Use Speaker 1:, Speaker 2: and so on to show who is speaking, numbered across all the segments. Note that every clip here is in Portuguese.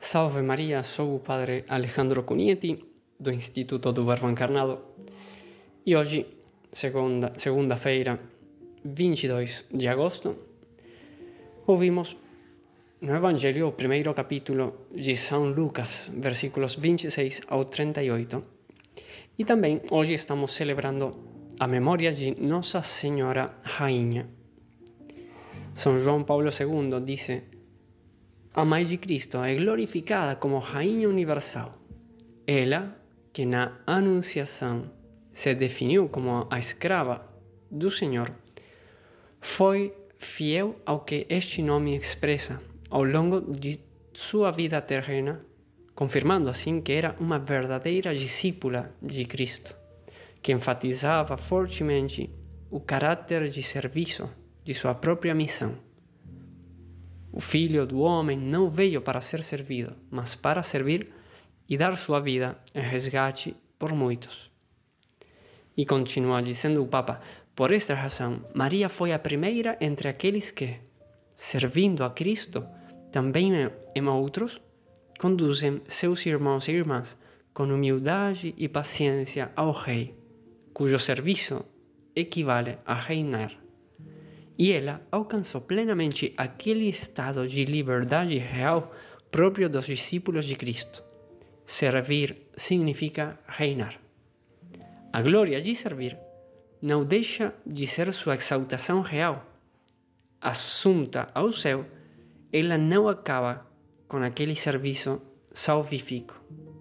Speaker 1: Salve Maria, sou o Padre Alejandro Cunieti, do Instituto do Verbo Encarnado, e hoje, segunda-feira, 22 de agosto, ouvimos no Evangelho o primeiro capítulo de São Lucas, versículos 26 ao 38, e também hoje estamos celebrando a memória de Nossa Senhora Rainha. São João Paulo II disse: a Mãe de Cristo é glorificada como Rainha Universal. Ela, que na Anunciação se definiu como a escrava do Senhor, foi fiel ao que este nome expressa ao longo de sua vida terrena, confirmando assim que era uma verdadeira discípula de Cristo, que enfatizava fortemente o caráter de serviço de sua própria missão. O Filho do Homem não veio para ser servido, mas para servir e dar sua vida em resgate por muitos. E continua dizendo o Papa: por esta razão, Maria foi a primeira entre aqueles que, servindo a Cristo, também em outros, conduzem seus irmãos e irmãs com humildade e paciência ao Rei, cujo serviço equivale a reinar. E ela alcançou plenamente aquele estado de liberdade real próprio dos discípulos de Cristo. Servir significa reinar. A glória de servir não deixa de ser sua exaltação real. Assunta ao céu, ela não acaba com aquele serviço salvífico.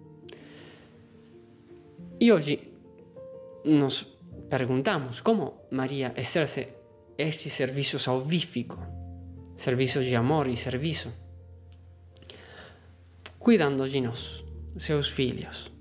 Speaker 1: E hoje nos perguntamos como Maria exerce este serviço salvífico, serviço de amor e serviço, cuidando de nós, seus filhos.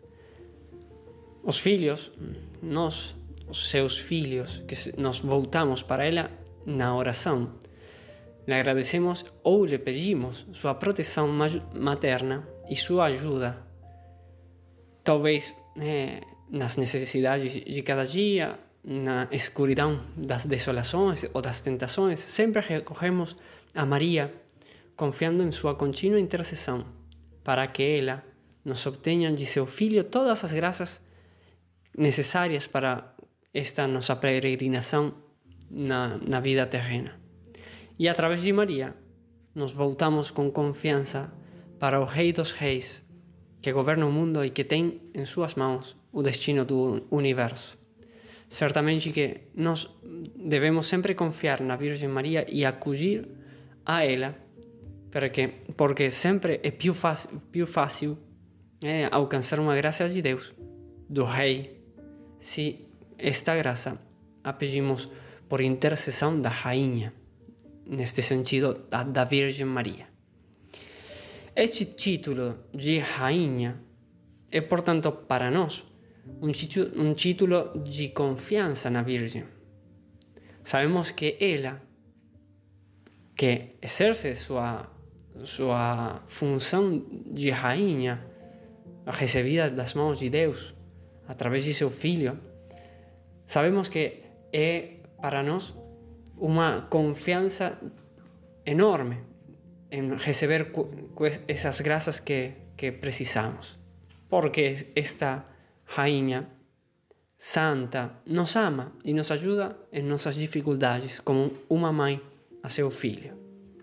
Speaker 1: Os filhos, nós, os seus filhos, que nós voltamos para ela na oração, lhe agradecemos ou lhe pedimos sua proteção materna e sua ajuda, talvez nas necessidades de cada dia, na escuridão das desolações ou das tentações. Sempre recorremos a Maria, confiando em sua contínua intercessão, para que ela nos obtenha de seu Filho todas as graças necessárias para esta nossa peregrinação na vida terrena. E através de Maria, nos voltamos com confiança para o Rei dos Reis, que governa o mundo e que tem em suas mãos o destino do universo. Certamente que nós devemos sempre confiar na Virgem Maria e acudir a ela, porque sempre é più fácil alcançar uma graça de Deus, do Rei, se esta graça a pedimos por intercessão da Rainha, neste sentido, da Virgem Maria. Este título de Rainha é, portanto, para nós, um título de confiança na Virgem. Sabemos que ela, que exerce sua função de rainha, recebida das mãos de Deus, através de seu Filho, sabemos que é para nós uma confiança enorme em receber essas graças que precisamos, porque esta Rainha Santa nos ama e nos ajuda em nossas dificuldades, como uma mãe a seu filho.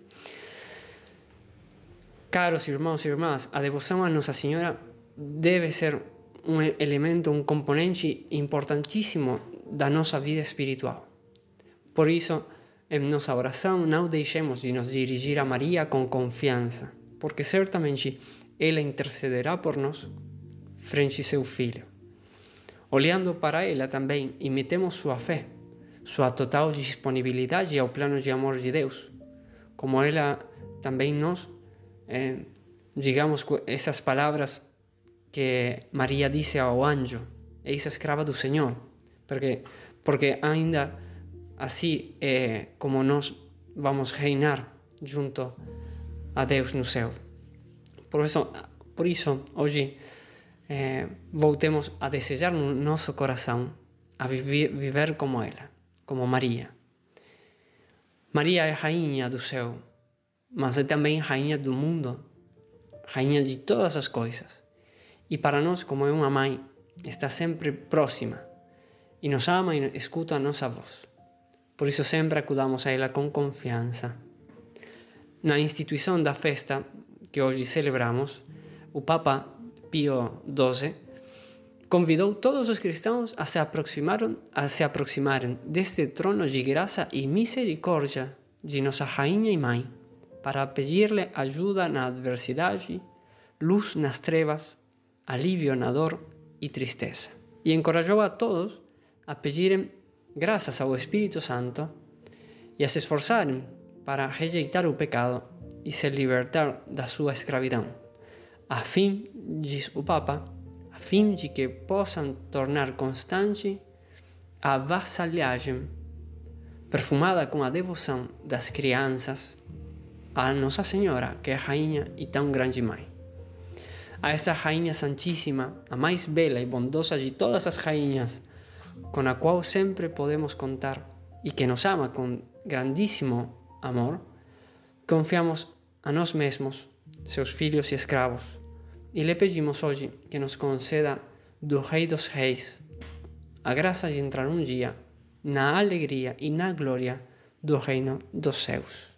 Speaker 1: Caros irmãos e irmãs, a devoção a Nossa Senhora deve ser um elemento, um componente importantíssimo da nossa vida espiritual. Por isso, em nossa oração, não deixemos de nos dirigir a Maria com confiança, porque certamente ela intercederá por nós frente a seu Filho. Olhando para ela também, imitemos sua fé, sua total disponibilidade ao plano de amor de Deus, como ela também nos, digamos, essas palavras que Maria disse ao anjo: eis a escrava do Senhor, porque ainda assim é como nós vamos reinar junto a Deus no céu. Por isso hoje voltemos a desejar no nosso coração a viver como ela, como Maria. Maria é rainha do céu, mas é também rainha do mundo, rainha de todas as coisas. E para nós, como é uma mãe, está sempre próxima e nos ama e escuta a nossa voz. Por isso sempre acudamos a ela com confiança. Na instituição da festa que hoje celebramos, o Papa Pio XII convidou todos os cristãos a se aproximarem deste trono de graça e misericórdia de nossa rainha e mãe, para pedir-lhe ajuda na adversidade, luz nas trevas, alívio na dor e tristeza. E encorajou a todos a pedirem graças ao Espírito Santo e a se esforçarem para rejeitar o pecado e se libertar da sua escravidão, a fim, diz o Papa, a fim de que possam tornar constante a vassalhagem, perfumada com a devoção das crianças a Nossa Senhora, que é rainha e tão grande mãe. A essa rainha santíssima, a mais bela e bondosa de todas as rainhas, com a qual sempre podemos contar e que nos ama com grandíssimo amor, confiamos a nós mesmos, seus filhos e escravos, e lhe pedimos hoje que nos conceda do Rei dos Reis a graça de entrar um dia na alegria e na glória do reino dos céus.